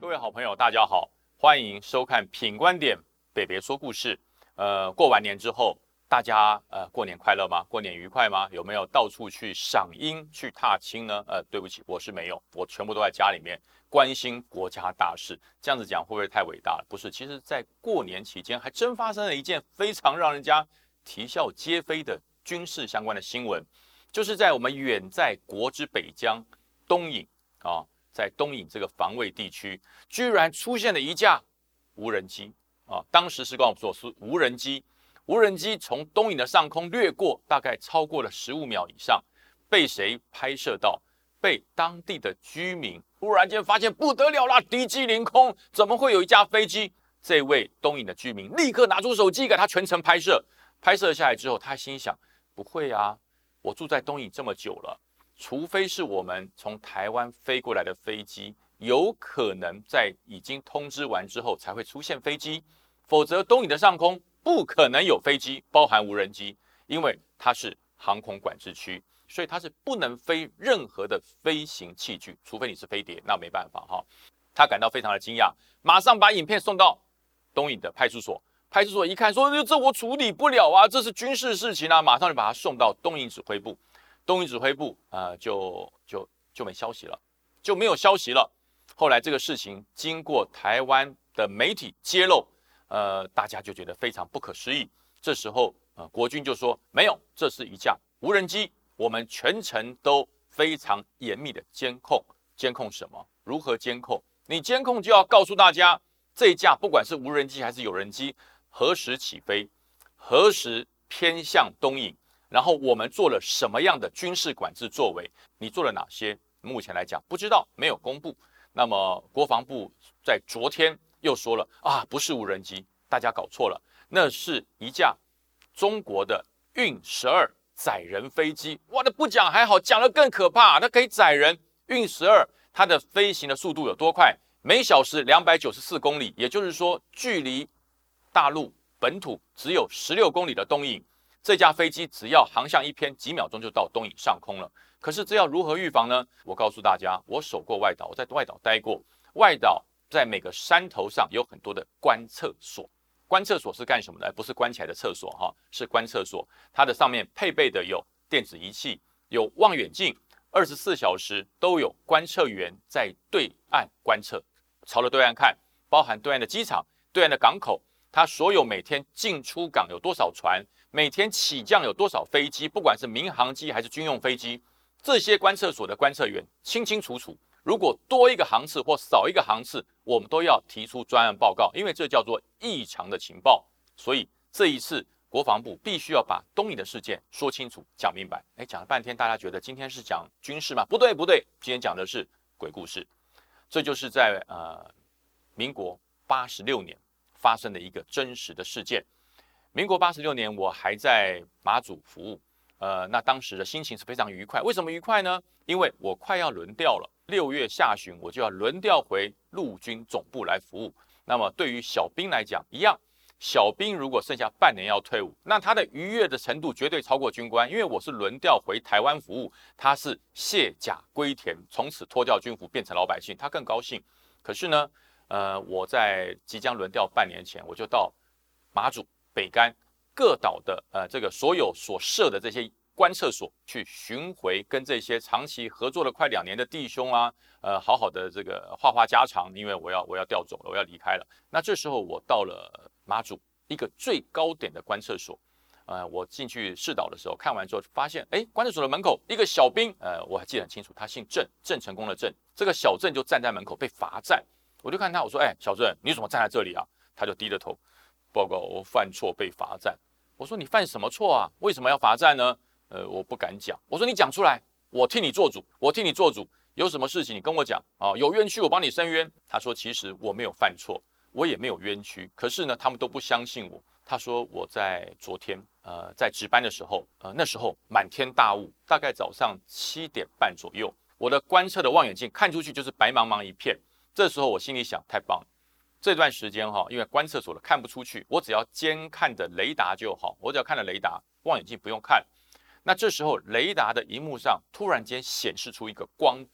位好朋友，大家好，欢迎收看品观点北北说故事。过完年之后，大家过年快乐吗？过年愉快吗？有没有到处去赏樱、去踏青呢？对不起，我是没有，我全部都在家里面关心国家大事。这样子讲会不会太伟大了？不是，其实在过年期间还真发生了一件非常让人家啼笑皆非的军事相关的新闻，就是在我们远在国之北疆东引啊。在东引这个防卫地区，居然出现了一架无人机啊！当时是跟我们说是无人机，无人机从东引的上空掠过，大概超过了15秒以上，被谁拍摄到？被当地的居民忽然间发现不得了啦，敌机凌空，怎么会有一架飞机？这位东引的居民立刻拿出手机给他全程拍摄，拍摄下来之后，他心想：不会啊，我住在东引这么久了。除非是我们从台湾飞过来的飞机，有可能在已经通知完之后才会出现飞机，否则东引的上空不可能有飞机，包含无人机，因为它是航空管制区，所以它是不能飞任何的飞行器具，除非你是飞碟，那没办法哈。他感到非常的惊讶，马上把影片送到东引的派出所。派出所一看说，这我处理不了啊，这是军事事情啊，马上就把他送到东引指挥部。东引指挥部就没消息了，就没有消息了。后来这个事情经过台湾的媒体揭露，大家就觉得非常不可思议。这时候国军就说没有，这是一架无人机，我们全程都非常严密的监控。监控什么？如何监控？你监控就要告诉大家，这一架不管是无人机还是有人机，何时起飞，何时偏向东引。然后我们做了什么样的军事管制作为？你做了哪些？目前来讲不知道，没有公布。那么国防部在昨天又说了啊，不是无人机，大家搞错了，那是一架中国的运12载人飞机。哇，那不讲还好，讲了更可怕，那可以载人。运12它的飞行的速度有多快？每小时294公里，也就是说距离大陆本土只有16公里的东引。这架飞机只要航向一偏，几秒钟就到东引上空了。可是这要如何预防呢？我告诉大家，我守过外岛，我在外岛待过。外岛在每个山头上有很多的观测所。观测所是干什么的？不是关起来的厕所哈，是观测所。它的上面配备的有电子仪器，有望远镜，24小时都有观测员在对岸观测，朝着对岸看，包含对岸的机场、对岸的港口，它所有每天进出港有多少船。每天起降有多少飞机，不管是民航机还是军用飞机，这些观测所的观测员清清楚楚。如果多一个航次或少一个航次，我们都要提出专案报告，因为这叫做异常的情报。所以这一次国防部必须要把东引的事件说清楚、讲明白。讲了半天，大家觉得今天是讲军事吗？不对，不对，今天讲的是鬼故事。这就是在民国86年发生的一个真实的事件。民国86年，我还在马祖服务，那当时的心情是非常愉快。为什么愉快呢？因为我快要轮调了，6月下旬我就要轮调回陆军总部来服务。那么对于小兵来讲，一样，小兵如果剩下半年要退伍，那他的愉悦的程度绝对超过军官，因为我是轮调回台湾服务，他是卸甲归田，从此脱掉军服变成老百姓，他更高兴。可是呢，我在即将轮调半年前，我就到马祖北竿各岛的这个所有所设的这些观测所去巡回，跟这些长期合作了快2年的弟兄啊，好好的这个话家常，因为我要调走了，我要离开了。那这时候我到了马祖一个最高点的观测所，我进去视导的时候，看完之后发现，观测所的门口一个小兵，我还记得很清楚，他姓郑，郑成功的郑，这个小郑就站在门口被罚站。我就看他，我说，小郑，你怎么站在这里啊？他就低着头。报告，我犯错被罚站。我说你犯什么错啊？为什么要罚站呢？我不敢讲。我说你讲出来，我替你做主，我替你做主。有什么事情你跟我讲啊？有冤屈我帮你伸冤。他说其实我没有犯错，我也没有冤屈。可是呢，他们都不相信我。他说我在昨天在值班的时候，那时候满天大雾，大概早上7点半左右，我的观测的望远镜看出去就是白茫茫一片。这时候我心里想，太棒了。这段时间因为观测所的看不出去，我只要监看的雷达就好，我只要看了雷达，望远镜不用看。那这时候雷达的萤幕上突然间显示出一个光点，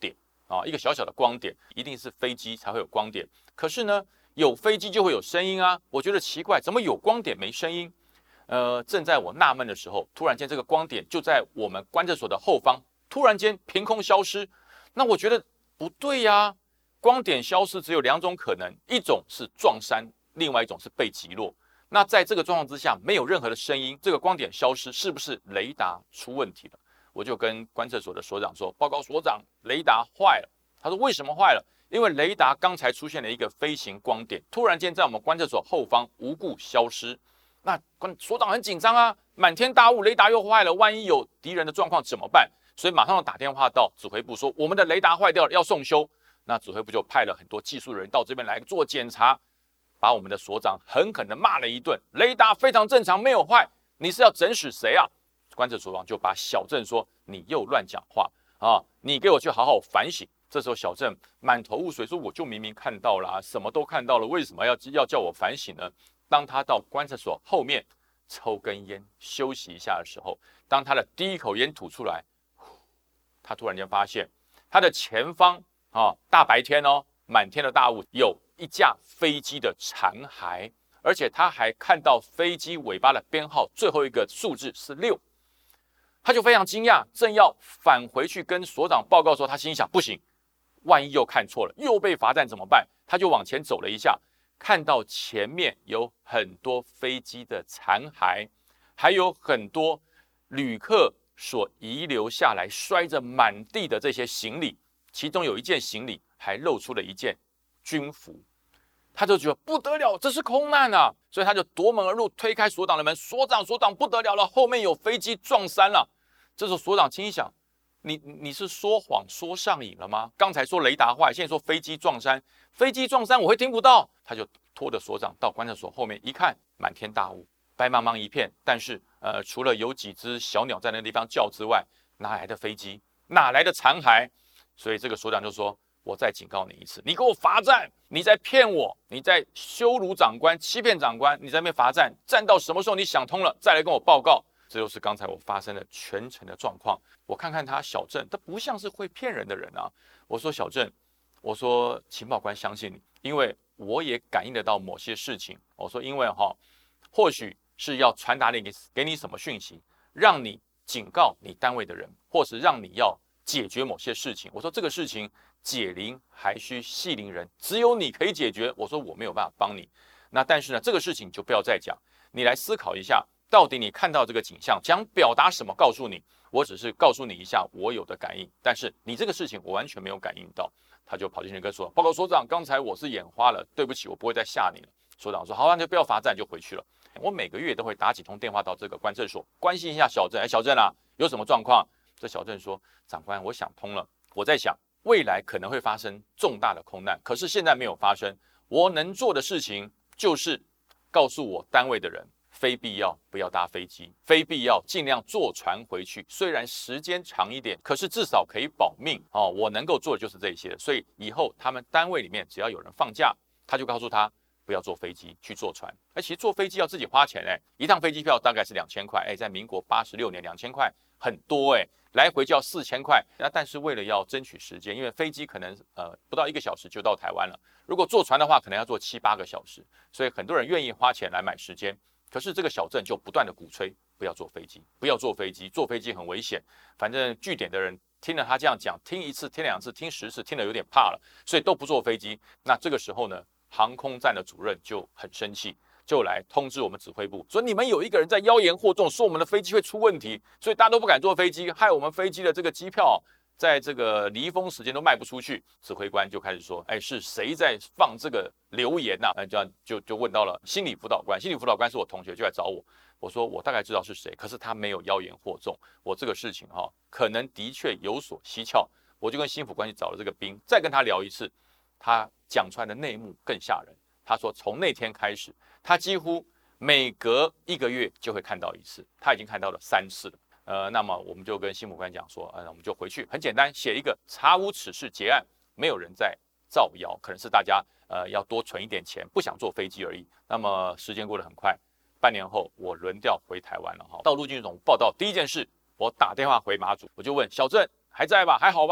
啊，一个小小的光点，一定是飞机才会有光点。可是呢，有飞机就会有声音啊，我觉得奇怪，怎么有光点没声音？正在我纳闷的时候，突然间这个光点就在我们观测所的后方，突然间凭空消失。那我觉得不对呀，光点消失只有2种可能，一种是撞山，另外一种是被击落。那在这个状况之下，没有任何的声音，这个光点消失，是不是雷达出问题了？我就跟观测所的所长说：“报告所长，雷达坏了。”他说：“为什么坏了？”因为雷达刚才出现了一个飞行光点，突然间在我们观测所后方无故消失。那所长很紧张啊，满天大雾，雷达又坏了，万一有敌人的状况怎么办？所以马上打电话到指挥部说：“我们的雷达坏掉了，要送修。”那指挥部就派了很多技术人员到这边来做检查。把我们的所长狠狠地骂了一顿，雷达非常正常，没有坏，你是要整死谁啊？观测所长就把小郑说：“你又乱讲话啊！你给我去好好反省。”这时候小郑满头雾水说：“我就明明看到了，什么都看到了，为什么要叫我反省呢？”当他到观测所后面抽根烟休息一下的时候，当他的第一口烟吐出来，他突然间发现他的前方大白天满天的大雾，有一架飞机的残骸，而且他还看到飞机尾巴的编号最后一个数字是6，他就非常惊讶，正要返回去跟所长报告说，他心想不行，万一又看错了，又被罚站怎么办？他就往前走了一下，看到前面有很多飞机的残骸，还有很多旅客所遗留下来摔着满地的这些行李，其中有一件行李还露出了一件军服，他就觉得不得了，这是空难啊！所以他就夺门而入，推开所长的门，所长不得了了，后面有飞机撞山了。这时候所长心想，你是说谎说上瘾了吗？刚才说雷达坏，现在说飞机撞山，飞机撞山我会听不到。他就拖着所长到观测所后面一看，满天大雾，白茫茫一片，但是除了有几只小鸟在那个地方叫之外，哪来的飞机？哪来的残骸？所以这个所长就说，我再警告你一次，你给我罚站，你在骗我，你在羞辱长官，欺骗长官，你在那边罚站，站到什么时候你想通了再来跟我报告。这就是刚才我发生的全程的状况。我看看他小郑，他不像是会骗人的人啊。我说小郑，我说情报官相信你，因为我也感应得到某些事情。我说因为或许是要传达给你什么讯息，让你警告你单位的人，或是让你要解决某些事情。我说这个事情解铃还需系铃人，只有你可以解决。我说我没有办法帮你。那但是呢，这个事情就不要再讲，你来思考一下，到底你看到这个景象想表达什么？告诉你，我只是告诉你一下我有的感应，但是你这个事情我完全没有感应到。他就跑进去跟说：“报告所长，刚才我是眼花了，对不起，我不会再吓你了。”所长说：“好啊，就不要罚站，就回去了。”我每个月都会打几通电话到这个观测所，关心一下小郑。小郑啊，有什么状况？这小郑说：“长官，我想通了，我在想未来可能会发生重大的空难，可是现在没有发生。我能做的事情就是告诉我单位的人，非必要不要搭飞机，非必要尽量坐船回去。虽然时间长一点，可是至少可以保命我能够做的就是这些。所以以后他们单位里面只要有人放假，他就告诉他不要坐飞机，去坐船。其实坐飞机要自己花钱一趟飞机票大概是2000块在民国86年2000块很多来回就要4000块。但是为了要争取时间，因为飞机可能不到1个小时就到台湾了，如果坐船的话，可能要坐7、8个小时，所以很多人愿意花钱来买时间。可是这个小郑就不断的鼓吹不要坐飞机，不要坐飞机，坐飞机很危险。反正据点的人听了他这样讲，听1次、听2次、听10次，听了有点怕了，所以都不坐飞机。那这个时候呢，航空站的主任就很生气，就来通知我们指挥部说，你们有一个人在妖言惑众，说我们的飞机会出问题，所以大家都不敢坐飞机，害我们飞机的这个机票在这个离峰时间都卖不出去。指挥官就开始说，是谁在放这个流言啊？就问到了心理辅导官，心理辅导官是我同学，就来找我。我说我大概知道是谁，可是他没有妖言惑众，我这个事情可能的确有所蹊跷。我就跟心辅官去找了这个兵，再跟他聊一次，他讲出来的内幕更吓人。他说从那天开始，他几乎每隔1个月就会看到一次，他已经看到了3次了。那么我们就跟心辅官讲说，我们就回去，很简单，写一个查无此事结案，没有人在造谣，可能是大家要多存一点钱，不想坐飞机而已。那么时间过得很快，半年后我轮调回台湾了到陆军总报道第一件事，我打电话回马祖，我就问小郑还在吧，还好吧？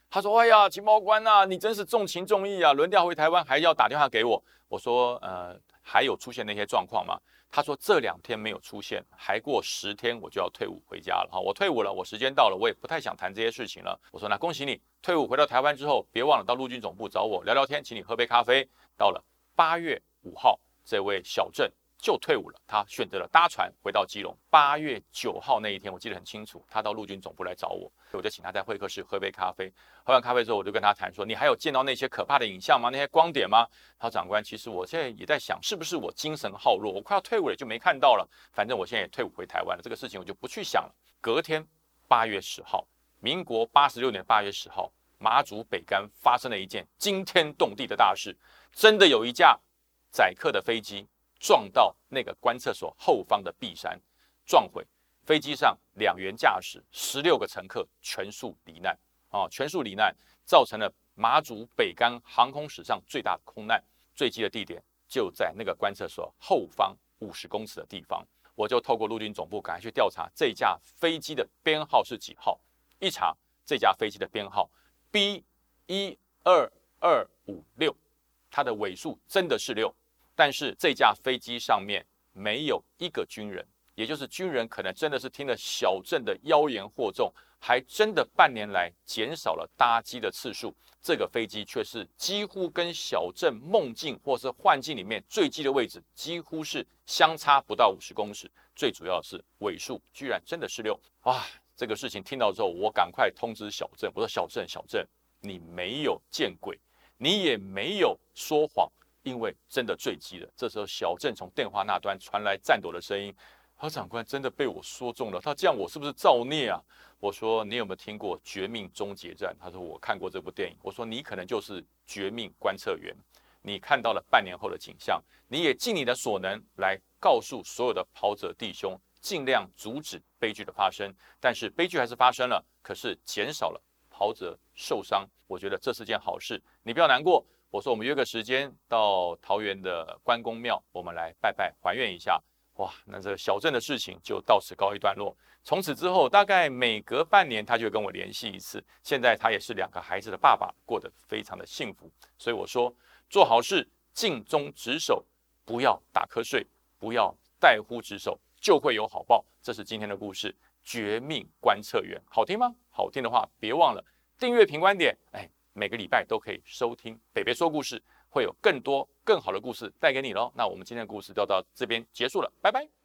他说：“哎呀，情报官啊，你真是重情重义啊，轮调回台湾还要打电话给我。”我说：“还有出现那些状况吗？”他说：“这2天没有出现，还过10天我就要退伍回家了。我退伍了，我时间到了，我也不太想谈这些事情了。”我说：“那恭喜你，退伍回到台湾之后，别忘了到陆军总部找我聊聊天，请你喝杯咖啡。”到了8月5号，这位小郑就退伍了，他选择了搭船回到基隆。8月9号那一天，我记得很清楚，他到陆军总部来找我，我就请他在会客室喝杯咖啡。喝完咖啡之后，我就跟他谈说：“你还有见到那些可怕的影像吗？那些光点吗？”他说：“长官，其实我现在也在想，是不是我精神耗弱，我快要退伍了就没看到了。反正我现在也退伍回台湾了，这个事情我就不去想了。”隔天8月10号，民国86年8月10号，马祖北竿发生了一件惊天动地的大事，真的有一架载客的飞机撞到那个观测所后方的壁山，撞毁。飞机上2员驾驶，16个乘客全数罹难全数罹难，造成了马祖北竿航空史上最大的空难。坠机的地点就在那个观测所后方50公尺的地方。我就透过陆军总部赶快去调查这架飞机的编号是几号。一查，这架飞机的编号 B12256，它的尾数真的是6。但是这架飞机上面没有一个军人，也就是军人可能真的是听了小郑的妖言惑众，还真的半年来减少了搭机的次数。这个飞机却是几乎跟小郑梦境或是幻境里面坠机的位置几乎是相差不到50公尺。最主要的是尾数居然真的是6。哇！这个事情听到之后，我赶快通知小郑，我说：“小郑，你没有见鬼，你也没有说谎。”因为真的坠机了。这时候小郑从电话那端传来颤抖的声音：“长官真的被我说中了，他这样我是不是造孽啊？”我说：“你有没有听过《绝命终结战》？”他说：“我看过这部电影。”我说：“你可能就是绝命观测员，你看到了半年后的景象，你也尽你的所能来告诉所有的跑者弟兄，尽量阻止悲剧的发生。但是悲剧还是发生了，可是减少了跑者受伤，我觉得这是件好事，你不要难过。”我说：“我们约个时间到桃园的关公庙，我们来拜拜还愿一下。”哇，那这个小郑的事情就到此告一段落。从此之后，大概每隔半年他就跟我联系一次。现在他也是2个孩子的爸爸，过得非常的幸福。所以我说，做好事尽忠职守，不要打瞌睡，不要怠忽职守，就会有好报。这是今天的故事，绝命观测员，好听吗？好听的话，别忘了订阅品观点。每个礼拜都可以收听北北说故事，会有更多更好的故事带给你咯。那我们今天的故事就到这边结束了，拜拜。